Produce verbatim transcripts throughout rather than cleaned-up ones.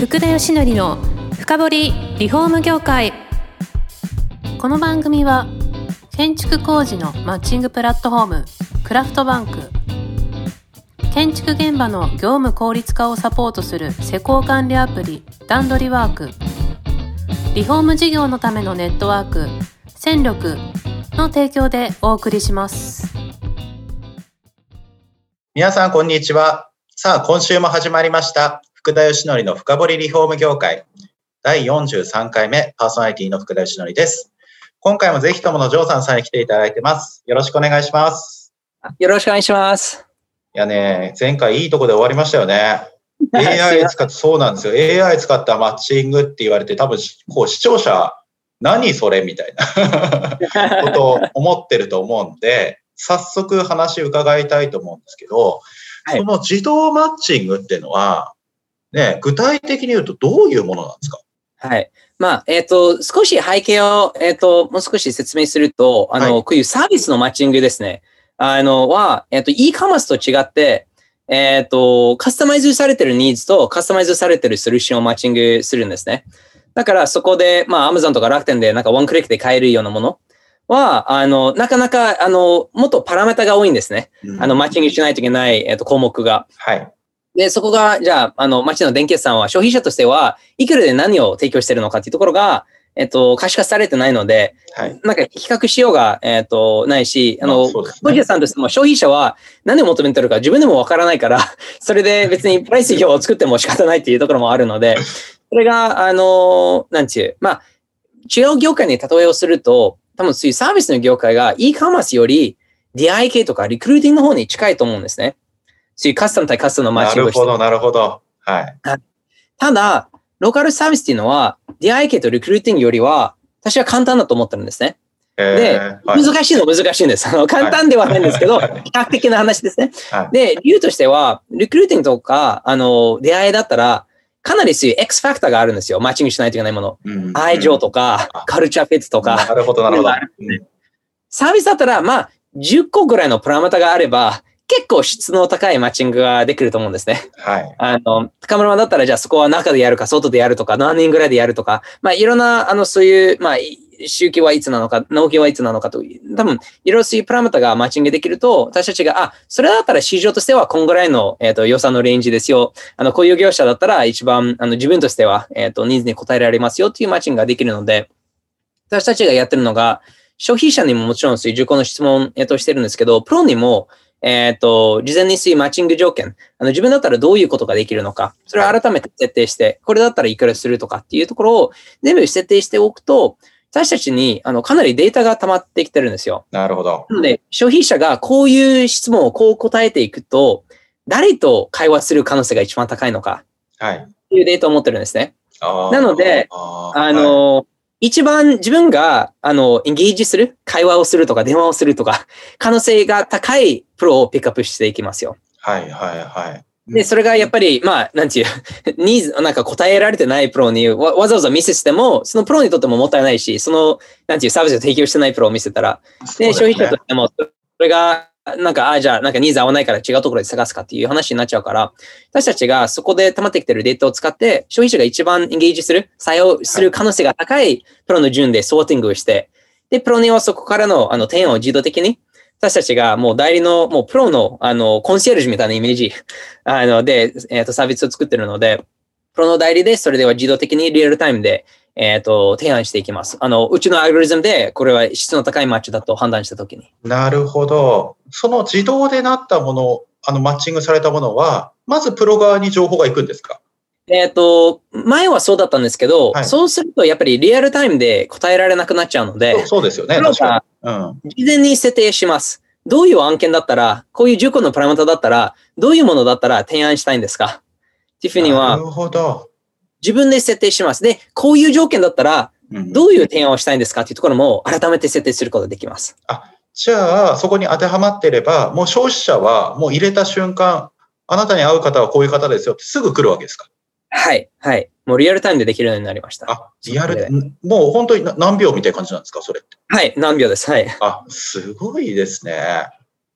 福田義則の深掘りリフォーム業界。この番組は建築工事のマッチングプラットフォームクラフトバンク、建築現場の業務効率化をサポートする施工管理アプリ段取りワーク、リフォーム事業のためのネットワーク戦力の提供でお送りします。 皆さんこんにちは。さあ今週も始まりました福田義則の深掘りリフォーム業界だいよんじゅうさんかいめ、パーソナリティの福田義則です。今回もぜひとものジョーさんさんに来ていただいてます。よろしくお願いします。 よろしくお願いします。 いやね、前回いいとこで終わりましたよね。エーアイ 使って、そうなんですよ。エーアイ 使ったマッチングって言われて、多分こう視聴者何それみたいなことを思ってると思うんで、早速話伺いたいと思うんですけど、はい、その自動マッチングっていうのは、ね、具体的に言うとどういうものなんですか？ はい。まあ、えっと、少し背景を、えっと、もう少し説明すると、あの、はい、こういうサービスのマッチングですね。あの、は、えっと、e カマースと違って、えっと、カスタマイズされてるニーズとカスタマイズされてるソリューションをマッチングするんですね。だからそこで、まあ、Amazon とか楽天でなんかワンクリックで買えるようなものは、あの、なかなか、あの、もっとパラメータが多いんですね。うん、あの、マッチングしないといけない、えっと、項目が。 はい。 で、そこが、じゃあ、あの、町の電気屋さんは消費者としては、いくらで何を提供しているのかっていうところが、えっと、可視化されてないので、はい、なんか比較しようが、えっと、ないし、あの、工事屋さんとしても消費者は何を求めてるか自分でもわからないから、それで別にプライス表を作っても仕方ないっていうところもあるので、それが、あの、なんちゅう、まあ、違う業界に例えをすると、多分そういうサービスの業界が e カマースより ディーアイ 系とかリクルーティングの方に近いと思うんですね。そういうカスタム対カスタムのマッチングをして。 なるほど、なるほど。はい。 ただ、ローカルサービスっていうのは ディーアイ 系とリクルーティングよりは、私は簡単だと思ってるんですね。で、はい、難しいのは難しいんです。あの簡単ではないんですけど、はい、比較的な話ですね。はい、で、理由としては、リクルーティングとか、あの、出会いだったら、かなりそういう X ファクターがあるんですよ。マッチングしないといけないもの。うん、愛情とか、うん、カルチャーフィットとか。 なるほど、なるほど。 サービスだったら、まあ、じゅっこぐらいのプラマタがあれば、結構質の高いマッチングができると思うんですね。 はい。 あの、カメラマンだったら、じゃあそこは中でやるか、外でやるとか、何人ぐらいでやるとか、まあ、いろんな、あの、そういう、まあ、周期はいつなのか、納期はいつなのかという、多分、いろいろそういうプラマタがマッチングできると、私たちが、あ、それだったら市場としてはこんぐらいの、えっと、予算のレンジですよ。あの、こういう業者だったら一番、あの、自分としては、えっと、ニーズに応えられますよっていうマッチングができるので、私たちがやってるのが、消費者にももちろんそういう受講の質問、えっと、してるんですけど、プロにも、えっと、事前にそういうマッチング条件、あの、自分だったらどういうことができるのか、それを改めて設定して、これだったらいくらするとかっていうところを全部設定しておくと、私たちに、あの、かなりデータが溜まってきてるんですよ。 なるほど。 なので、消費者がこういう質問をこう答えていくと、誰と会話する可能性が一番高いのか、はい。っていうデータを持ってるんですね。なので、あ, あの、はい一番自分が、あの、エンゲージする、会話をするとか、電話をするとか、可能性が高いプロをピックアップしていきますよ。 はいはいはい。 で、それがやっぱり、まあ、なんていう、ニーズ、なんか答えられてないプロにわ、わざわざ見せても、そのプロにとってももったいないし、その、なんていう、サービスを提供してないプロを見せたら、で、消費者としても、それが、なんか、あ、じゃあ、なんかニーズ合わないから違うところで探すかっていう話になっちゃうから、私たちがそこで溜まってきてるデータを使って、消費者が一番エンゲージする、採用する可能性が高いプロの順でソーティングをして、で、プロにはそこからの、あの、提案を自動的に、私たちがもう代理の、もうプロの、あの、コンシェルジュみたいなイメージ、あの、で、えっと、サービスを作ってるので、プロの代理で、それでは自動的にリアルタイムで、えっと、提案していきます。あの、うちのアルゴリズムで、これは質の高いマッチだと判断したときに。 なるほど。その自動でなったもの、あの、マッチングされたものは、まずプロ側に情報が行くんですか？ えっと、前はそうだったんですけど、はい、そうするとやっぱりリアルタイムで答えられなくなっちゃうので、 そう、そうですよね。 確かに。うん。事前に設定します。どういう案件だったら、こういうじゅっこのパラメータだったら、どういうものだったら提案したいんですかっていうふうには、 なるほど。 自分で設定します。で、こういう条件だったら、どういう提案をしたいんですかっていうところも改めて設定することができます。 あ、じゃあ、そこに当てはまっていれば、もう消費者はもう入れた瞬間、あなたに会う方はこういう方ですよってすぐ来るわけですか？ はい、はい。もうリアルタイムでできるようになりました。 あ、リアルで、もう本当に何秒みたいな感じなんですか、それって。 はい、何秒です。はい。 あ、すごいですね。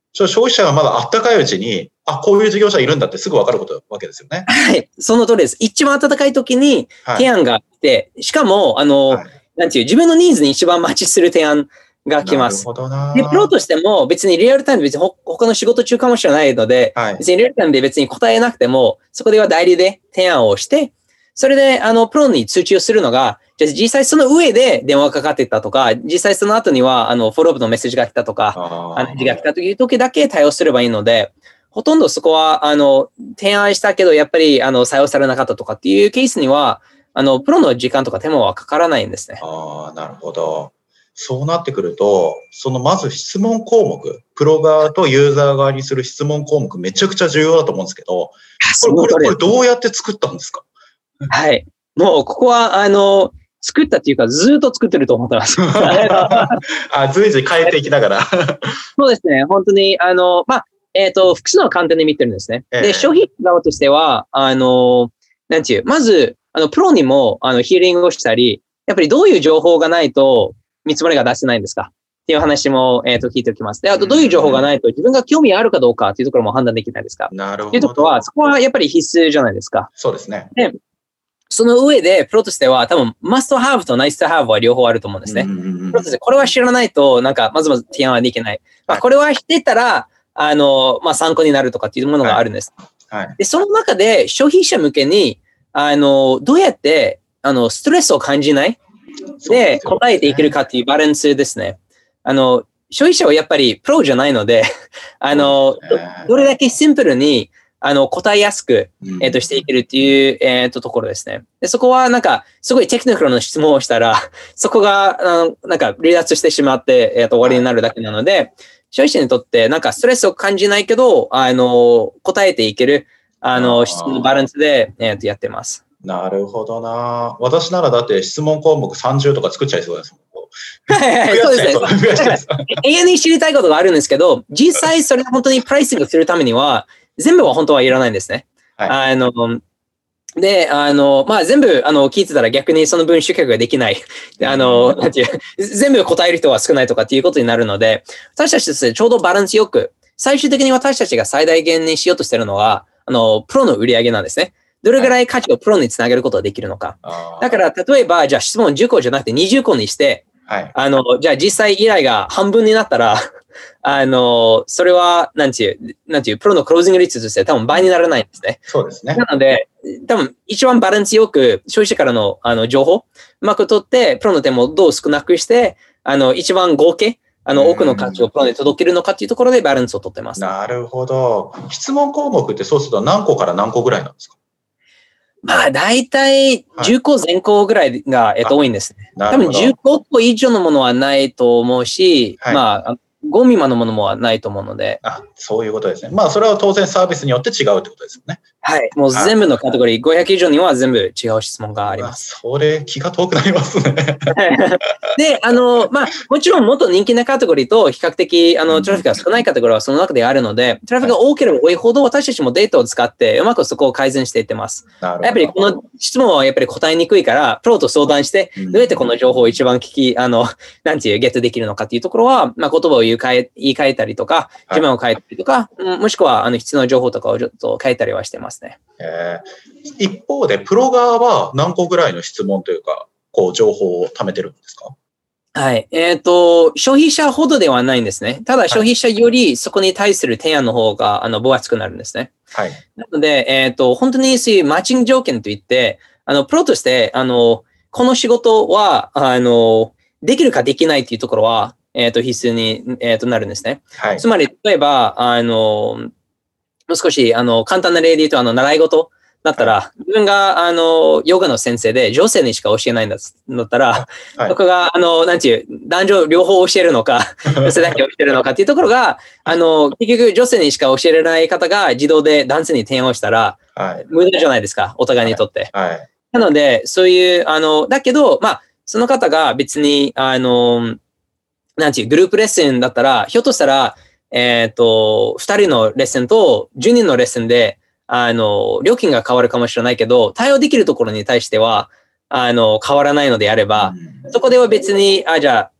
消費者がまだあったかいうちに、あ、こういう事業者いるんだってすぐ分かることわけですよね。 はい。その通りです。一番暖かい時に提案が来て、はい、しかも、あの、はい、なんていう、自分のニーズに一番マッチする提案が来ます。 なるほどな。 で、プロとしても別にリアルタイムで別に他の仕事中かもしれないので、はい、別にリアルタイムで別に答えなくても、そこでは代理で提案をして、それで、あの、プロに通知をするのが、じゃあ実際その上で電話かかってたとか、実際その後には、あの、フォローアップのメッセージが来たとか、あの、が来たという時だけ対応すればいいので、ほとんどそこは、あの、提案したけど、やっぱり、あの、採用されなかったとかっていうケースには、あの、プロの時間とか手間はかからないんですね。 ああ、なるほど。そうなってくると、そのまず質問項目、プロ側とユーザー側にする質問項目、めちゃくちゃ重要だと思うんですけど、これ、これ、これどうやって作ったんですか？ はい。もう、ここは、あの、作ったっていうか、ずっと作ってると思ってます。 あ、随時変えていきながら。 そうですね。本当に、あの、まあ、えっと、複数の観点で見てるんですね。えー、で、消費側としては、あの、なんていう、まず、あの、プロにも、あの、ヒーリングをしたり、やっぱりどういう情報がないと、見積もりが出せないんですかっていう話も、えっと、聞いておきます。で、あと、どういう情報がないと、自分が興味あるかどうかっていうところも判断できないですか？ なるほど。 っていうところは、そこはやっぱり必須じゃないですか。 そうですね。 で、その上で、プロとしては、多分、must have と nice to have は両方あると思うんですね。プロとして、これは知らないと、なんか、まずまず提案はできない。まあ、これは知ってたら、あの、まあ、参考になるとかっていうものがあるんです。 はいはい、 で、その中で、消費者向けに、あの、どうやって、あの、ストレスを感じないで、答えていけるかっていうバランスですね。あの、消費者はやっぱりプロじゃないので、あの、どれだけシンプルに、あの、答えやすく、えっと、していけるっていう、えっと、ところですね。で、そこはなんか、すごいテクニカルな質問をしたら、そこが、あの、なんか、離脱してしまって、えっと、終わりになるだけなので、消費者にとって、なんか、ストレスを感じないけど、あの、答えていける、あの、質問のバランスで、えっと、やってます。 なるほどな。私ならだって質問項目さんじゅうとか作っちゃいそうですもん。 はいはい、そうですね。永遠に知りたいことがあるんですけど、実際それ本当にプライシングするためには、全部は本当はいらないんですね。はい、あの、で、あの、まあ、全部、あの、聞いてたら逆にその分集客ができない。あの、なんていう、全部答える人は少ないとかっていうことになるので、私たちとしてちょうどバランスよく、最終的に私たちが最大限にしようとしているのは、あの、プロの売り上げなんですね。どれぐらい価値をプロにつなげることができるのか。だから、例えば、じゃあ質問じゅっこじゃなくてにじゅっこにして、はい、あの、じゃあ実際依頼が半分になったら、あの、それは、なんていう、なんていう、プロのクロージング率として多分倍にならないんですね。 そうですね。 なので、多分一番バランスよく消費者からのあの情報、うまく取って、プロの手もどう少なくして、あの、一番合計、あの、多くの価値をプロに届けるのかっていうところでバランスを取ってます。 なるほど。質問項目ってそうすると何個から何個ぐらいなんですか？ まあ、だいたいじゅっこ前後ぐらいが、えっと、多いんですね。多分じゅっこ以上のものはないと思うし、はい、まあ、ご未満のものもないと思うので。 あ、そういうことですね。まあ、それは当然サービスによって違うってことですよね。 はい。もう全部のカテゴリー、ごひゃく以上には全部違う質問があります。 それ、気が遠くなりますね。 で、あの、まあ、もちろんもっと人気なカテゴリーと比較的、あの、トラフィックが少ないカテゴリーはその中であるので、トラフィックが多ければ多いほど私たちもデータを使ってうまくそこを改善していってます。やっぱりこの質問はやっぱり答えにくいから、プロと相談して、どうやってこの情報を一番聞き、あの、なんていう、ゲットできるのかっていうところは、まあ、言葉を言い換え、言い換えたりとか、字面を変えたりとか、はい、もしくは、あの、必要な情報とかをちょっと変えたりはしてますね。 えー、一方で、プロ側は何個ぐらいの質問というか、こう、情報を貯めてるんですか？ はい。えっと、消費者ほどではないんですね。ただ、消費者よりそこに対する提案の方が、あの、分厚くなるんですね。 はい。 なので、えっと、本当にそういうマッチング条件といって、あの、プロとして、あの、この仕事は、あの、できるかできないっていうところは、えっと、必須に、えっと、なるんですね。はい。つまり、例えば、あの、もう少し、あの、簡単な例で言うと、あの、習い事だったら、はい、自分が、あの、ヨガの先生で、女性にしか教えないんだったら、はい、僕が、あの、なんていう、男女両方教えるのか、女性だけ教えるのかっていうところが、あの、結局、女性にしか教えられない方が自動で男性に提案をしたら、はい、無駄じゃないですか、お互いにとって。はいはい、なので、そういう、あの、だけど、まあ、その方が別に、あの、なんていう、グループレッスンだったら、ひょっとしたら、えっと、二人のレッスンとじゅうにんのレッスンで、あの、料金が変わるかもしれないけど、対応できるところに対しては、あの、変わらないのであれば、うん、そこでは別に、あ、じゃあ、まあ、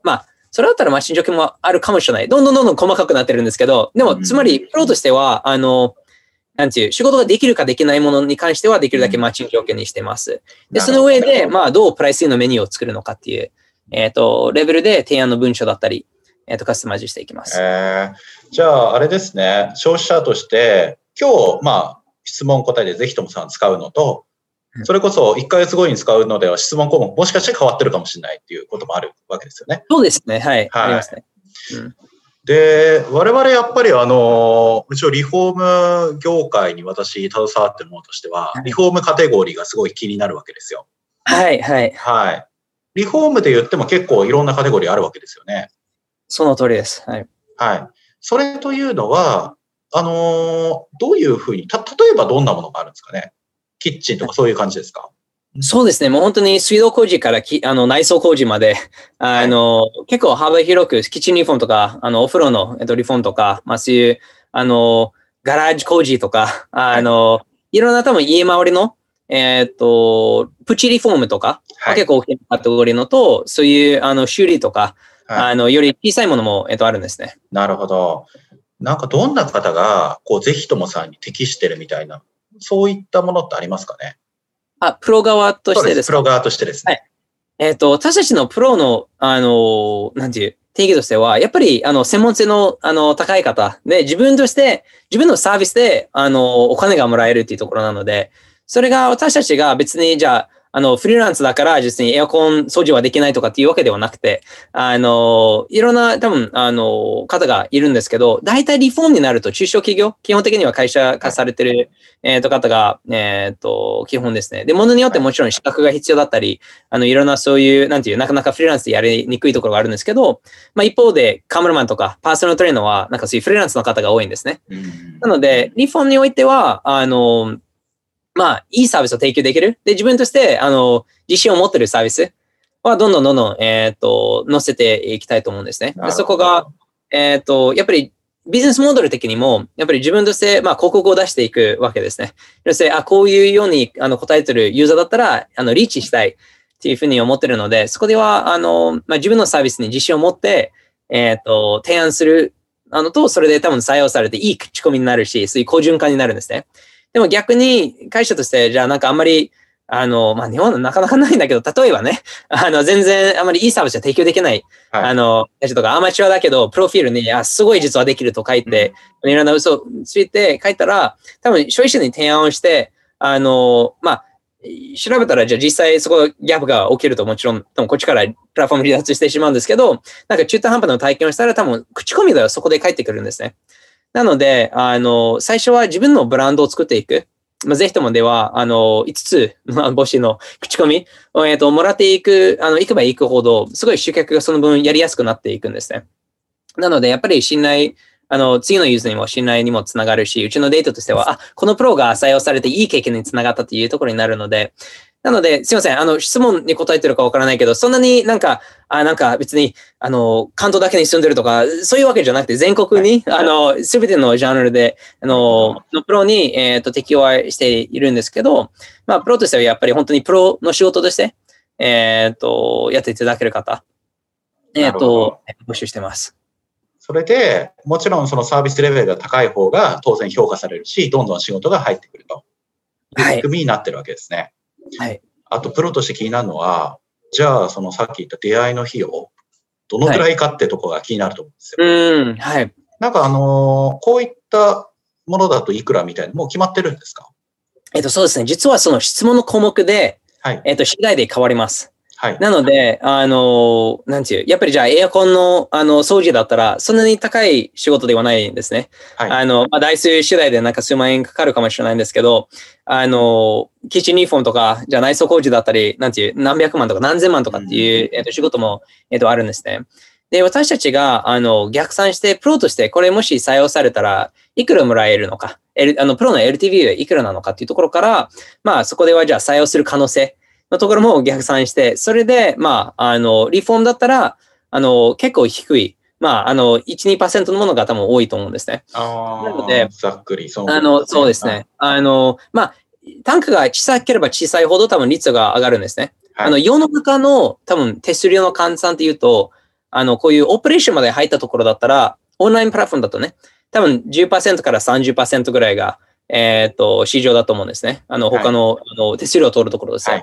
それだったらマシン除去もあるかもしれない。どんどんどんどん細かくなってるんですけど、でも、つまり、プロとしては、あの、なんていう、仕事ができるかできないものに関しては、できるだけマッチング条件にしてます。で、その上で、まあ、どうプライシングのメニューを作るのかっていう、えっと、レベルで提案の文章だったり、えっと、カスタマイズしていきます。 えー、じゃあ、あれですね、消費者として、今日、まあ、質問答えでぜひともさん使うのと、それこそいっかげつごに使うのでは質問項目もしかして変わってるかもしれないっていうこともあるわけですよね。 そうですね。はい。はい、ありますね。 うん、で、我々やっぱりあの、うちのリフォーム業界に私携わってるものとしては、リフォームカテゴリーがすごい気になるわけですよ。 はい、はい。 はい。リフォームで言っても結構いろんなカテゴリーあるわけですよね。 その通りです。はい。 はい。それというのは、あのー、どういうふうに、た、例えばどんなものがあるんですかね。キッチンとかそういう感じですか？ そうですね。もう本当に水道工事からきあの内装工事まで、あの、はい、結構幅広く、キッチンリフォームとか、あの、お風呂の、えっと、リフォームとか、まあ、そういう、あの、ガラージ工事とか、あの、はい、いろんな多分家周りの、えっと、プチリフォームとか、はい、結構大きなカテゴリーのと、そういう、あの、修理とか、はい、あの、より小さいものも、えっと、あるんですね。 なるほど。なんかどんな方が、こう、ぜひともさんに適してるみたいな、そういったものってありますかね？ あ、プロ側としてですか？ プロ側としてですね。 はい。えっと、私たちのプロの、あの、なんていう、定義としては、やっぱり、あの、専門性の、あの、高い方で、自分として、自分のサービスで、あの、お金がもらえるっていうところなので、それが私たちが別に、じゃあ、あの、フリーランスだから、実にエアコン掃除はできないとかっていうわけではなくて、あの、いろんな、多分、あの、方がいるんですけど、大体リフォームになると中小企業、基本的には会社化されてる、えっと、方が、えっと、基本ですね。で、ものによってもちろん資格が必要だったり、あの、いろんなそういう、なんていう、なかなかフリーランスでやりにくいところがあるんですけど、まあ、一方で、カメラマンとか、パーソナルトレーナーは、なんかそういうフリーランスの方が多いんですね。なので、リフォームにおいては、あの、まあ、いいサービスを提供できる。で、自分として、あの、自信を持っているサービスは、どんどんどんどん、えっと、載せていきたいと思うんですね。で、そこが、えっと、やっぱり、ビジネスモデル的にも、やっぱり自分として、まあ、広告を出していくわけですね。要するに、あ、こういうように、あの、答えてるユーザーだったら、あの、リーチしたいっていうふうに思ってるので、そこでは、あの、まあ、自分のサービスに自信を持って、えっと、提案する、あのと、それで多分採用されていい口コミになるし、そういう好循環になるんですね。でも逆に会社として、じゃあなんかあんまり、あの、まあ、日本はなかなかないんだけど、例えばね、あの、全然あんまりいいサービスは提供できない、はい、あの、会社とかアマチュアだけど、プロフィールに、あ、すごい実はできると書いて、うん、いろんな嘘をついて書いたら、多分消費者に提案をして、あの、まあ、調べたら、じゃあ実際そこギャップが起きるともちろん、多分こっちからプラットフォーム離脱してしまうんですけど、なんか中途半端な体験をしたら多分口コミではそこで返ってくるんですね。なので、あの、最初は自分のブランドを作っていく。まあ、ぜひともでは、あの、いつつの募集の口コミを、えっと、もらっていく、あの、行けば行くほど、すごい集客がその分やりやすくなっていくんですね。なので、やっぱり信頼、あの、次のユーザーにも信頼にもつながるし、うちのデータとしては、あ、このプロが採用されていい経験につながったというところになるので、なので、すいません。あの、質問に答えてるかわからないけど、そんなになんか、あ、なんか別に、あの、関東だけに住んでるとか、そういうわけじゃなくて、全国に、あの、すべてのジャンルで、あの、のプロに、えっと、適用しているんですけど、まあ、プロとしてはやっぱり本当にプロの仕事として、えっと、やっていただける方、えっと、募集してます。 それで、もちろんそのサービスレベルが高い方が当然評価されるし、どんどん仕事が入ってくるという仕組みになってるわけですね。 はい。 あと、プロとして気になるのは、じゃあ、そのさっき言った出会いの費用、どのくらいかってところが気になると思うんですよ。 はい、うん、はい。 なんかあのー、こういったものだといくらみたいな、もう決まってるんですか？ えっと、そうですね。実はその質問の項目で、はい、えっと、次第で変わります。はい。なので、あの、なんていう、やっぱりじゃあエアコンの、あの、掃除だったら、そんなに高い仕事ではないんですね。はい。あの、まあ、台数次第でなんか数万円かかるかもしれないんですけど、あの、キッチンリフォームとか、じゃあ内装工事だったり、なんていう、何百万とか何千万とかっていう、えっと、仕事も、えっと、あるんですね。で、私たちが、あの、逆算して、プロとして、これもし採用されたら、いくらもらえるのか、L、あの、プロの エルティーブイ はいくらなのかっていうところから、まあ、そこではじゃあ採用する可能性のところも逆算して、それで、まあ、あの、リフォームだったら、あの、結構低い、まあ、あの、いち、にパーセント のものが多分多いと思うんですね。 ああ、 なので、 ざっくり、 そう、ね、あの、そうですね。あの、まあ、タンクが小さければ小さいほど多分率が上がるんですね。はい、あの、世の中の多分手数料の換算っていうと、 あの、こういうオペレーションまで入ったところだったら、オンラインプラットフォームだとね、多分じゅっパーセントからさんじゅっパーセントぐらいが、えっと、市場だと思うんですね。あの、他の、はい、あの手数料を取るところですよ。はい、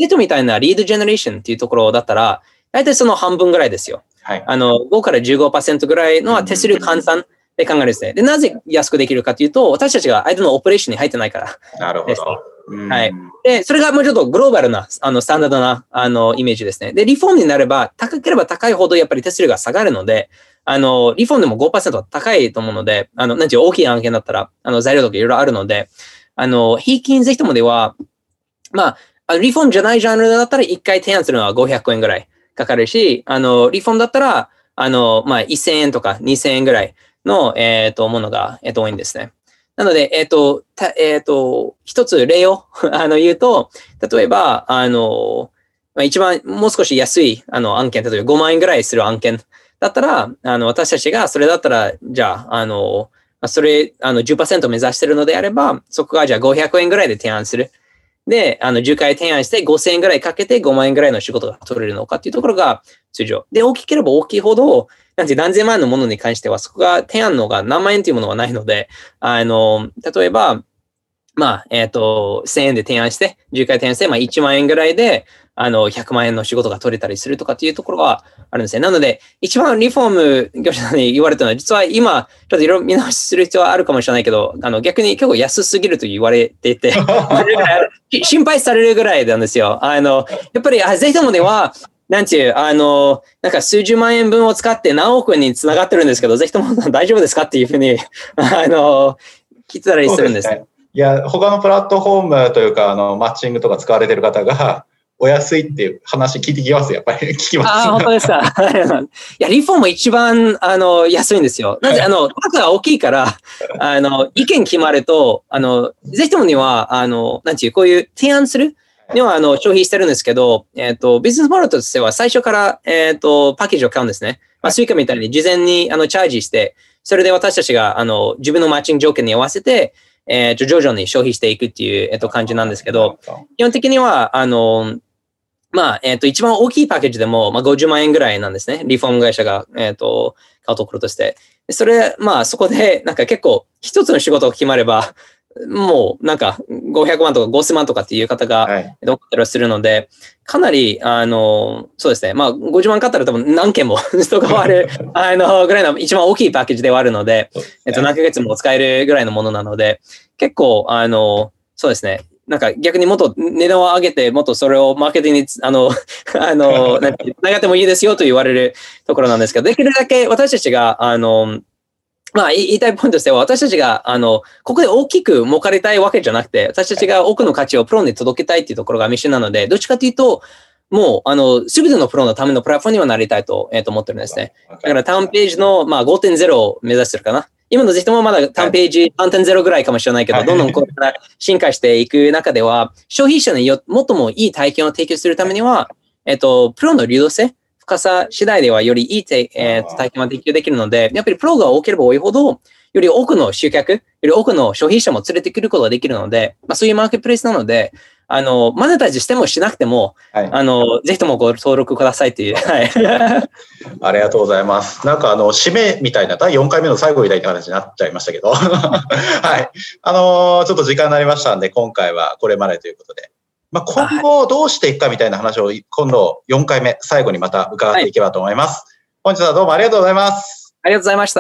ゲットみたいなリードジェネレーションっていうところだったら、大体その半分ぐらいですよ。はい、あの、ごからじゅうごパーセントぐらいのは手数料換算で考えるんですね。で、なぜ安くできるかというと、私たちが相手のオペレーションに入ってないから。 なるほど。 はい。で、それがもうちょっとグローバルな、あの、スタンダードな、あの、イメージですね。で、リフォームになれば、高ければ高いほどやっぱり手数料が下がるので、あの、リフォームでも ごパーセント は高いと思うので、あの、なんていう大きい案件だったら、あの、材料とかいろいろあるので、あの、平均ぜひともでは、まあ、リフォームじゃないジャンルだったらいっかい提案するのはごひゃくえんぐらいかかるし、あの、リフォームだったら、あの、まあ、せんえんとかにせんえんぐらいの、えっと、ものが、えっと、多いんですね。なので、えっと、たえっと、一つ例をあの言うと、例えば、あの、まあ、一番もう少し安いあの案件、例えばごまんえんぐらいする案件だったら、あの私たちがそれだったら、じゃあ、あの、それ、あの じゅっパーセント 目指してるのであれば、そこがじゃあごひゃくえんぐらいで提案する。で、あのじゅっかい提案してごせんえんぐらいかけてごまんえんぐらいの仕事が取れるのかっていうところが通常。で、大きければ大きいほど、なんて何千万円のものに関しては、そこが提案のが何万円というものはないので、あの、例えば、まあ、えっと、せんえんで提案して、じゅっかい提案して、まあ、いちまんえんぐらいで、あの、ひゃくまんえんの仕事が取れたりするとかっていうところがあるんですね。なので、一番リフォーム業者に言われたのは、実は今、ちょっといろいろ見直しする必要はあるかもしれないけど、あの、逆に結構安すぎると言われていて、心配されるぐらいなんですよ。あの、やっぱり、あぜひともでは、なんていう、あの、なんか数十万円分を使って何億円につながってるんですけど、ぜひとも大丈夫ですかっていうふうに、あの、聞いてたりするんです。 そうですね。いや、他のプラットフォームというか、あの、マッチングとか使われてる方が、お安いっていう話聞いてきますやっぱり聞きます。 ああ、本当ですか。いや、リフォーム一番、あの、安いんですよ。なぜ、あの、額が大きいから、あの、意見決まると、あの、ぜひともには、あの、なんていう、こういう提案するには、あの、消費してるんですけど、えっと、ビジネスモデルとしては最初から、えっと、パッケージを買うんですね。まあ、スイカみたいに事前に、あの、チャージして、それで私たちが、あの、自分のマッチング条件に合わせて、えっと、徐々に消費していくっていう、えっと、感じなんですけど、基本的には、あの、まあ、えっと、一番大きいパッケージでも、まあ、ごじゅうまんえんぐらいなんですね。リフォーム会社が、えっと、買うところとして。それ、まあ、そこで、なんか結構、一つの仕事が決まれば、もう、なんか、ごひゃくまんとかごせんまんとかっていう方が、どっかでするので、かなり、あの、そうですね。まあ、ごじゅうまん買ったら多分何件も人が割る、あの、ぐらいの一番大きいパッケージではあるので、えっと、何ヶ月も使えるぐらいのものなので、結構、あの、そうですね。なんか逆にもっと値段を上げて、もっとそれをマーケティングに、あの、あの、なんて、長ってもいいですよと言われるところなんですけど、できるだけ私たちが、あの、まあ、言いたいポイントとしては、私たちが、あの、ここで大きく儲かりたいわけじゃなくて、私たちが多くの価値をプロに届けたいっていうところがミッションなので、どっちかというと、もう、あの、すべてのプロのためのプラットフォームにはなりたいと、えっと、思ってるんですね。だから、タウンページの、まあ、ごてんゼロ を目指してるかな。今のぜひともまだタウンページ さんてんゼロ ぐらいかもしれないけど、どんどんこれから進化していく中では、消費者によもっともいい体験を提供するためには、えっと、プロの流動性、深さ次第ではよりいいて、えー、体験が提供できるので、やっぱりプロが多ければ多いほど、より多くの集客、より多くの消費者も連れてくることができるので、まあ、そういうマーケットプレイスなので、あの、マネタイズしてもしなくても、はい、あの、ぜひともご登録くださいという。はい。 ありがとうございます。なんか、あの、締めみたいな、だいよんかいめの最後みたいな話になっちゃいましたけど。はい。あの、ちょっと時間になりましたんで、今回はこれまでということで。まあ、今後どうしていくかみたいな話を、今度よんかいめ、最後にまた伺っていければと思います。はい、本日はどうもありがとうございます。 ありがとうございました。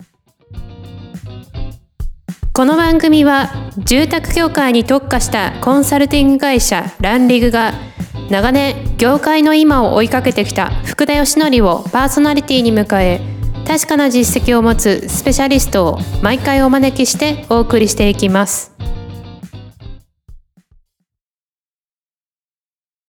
この番組は住宅業界に特化したコンサルティング会社ランリグが長年業界の今を追いかけてきた福田義則をパーソナリティに迎え、確かな実績を持つスペシャリストを毎回お招きしてお送りしていきます。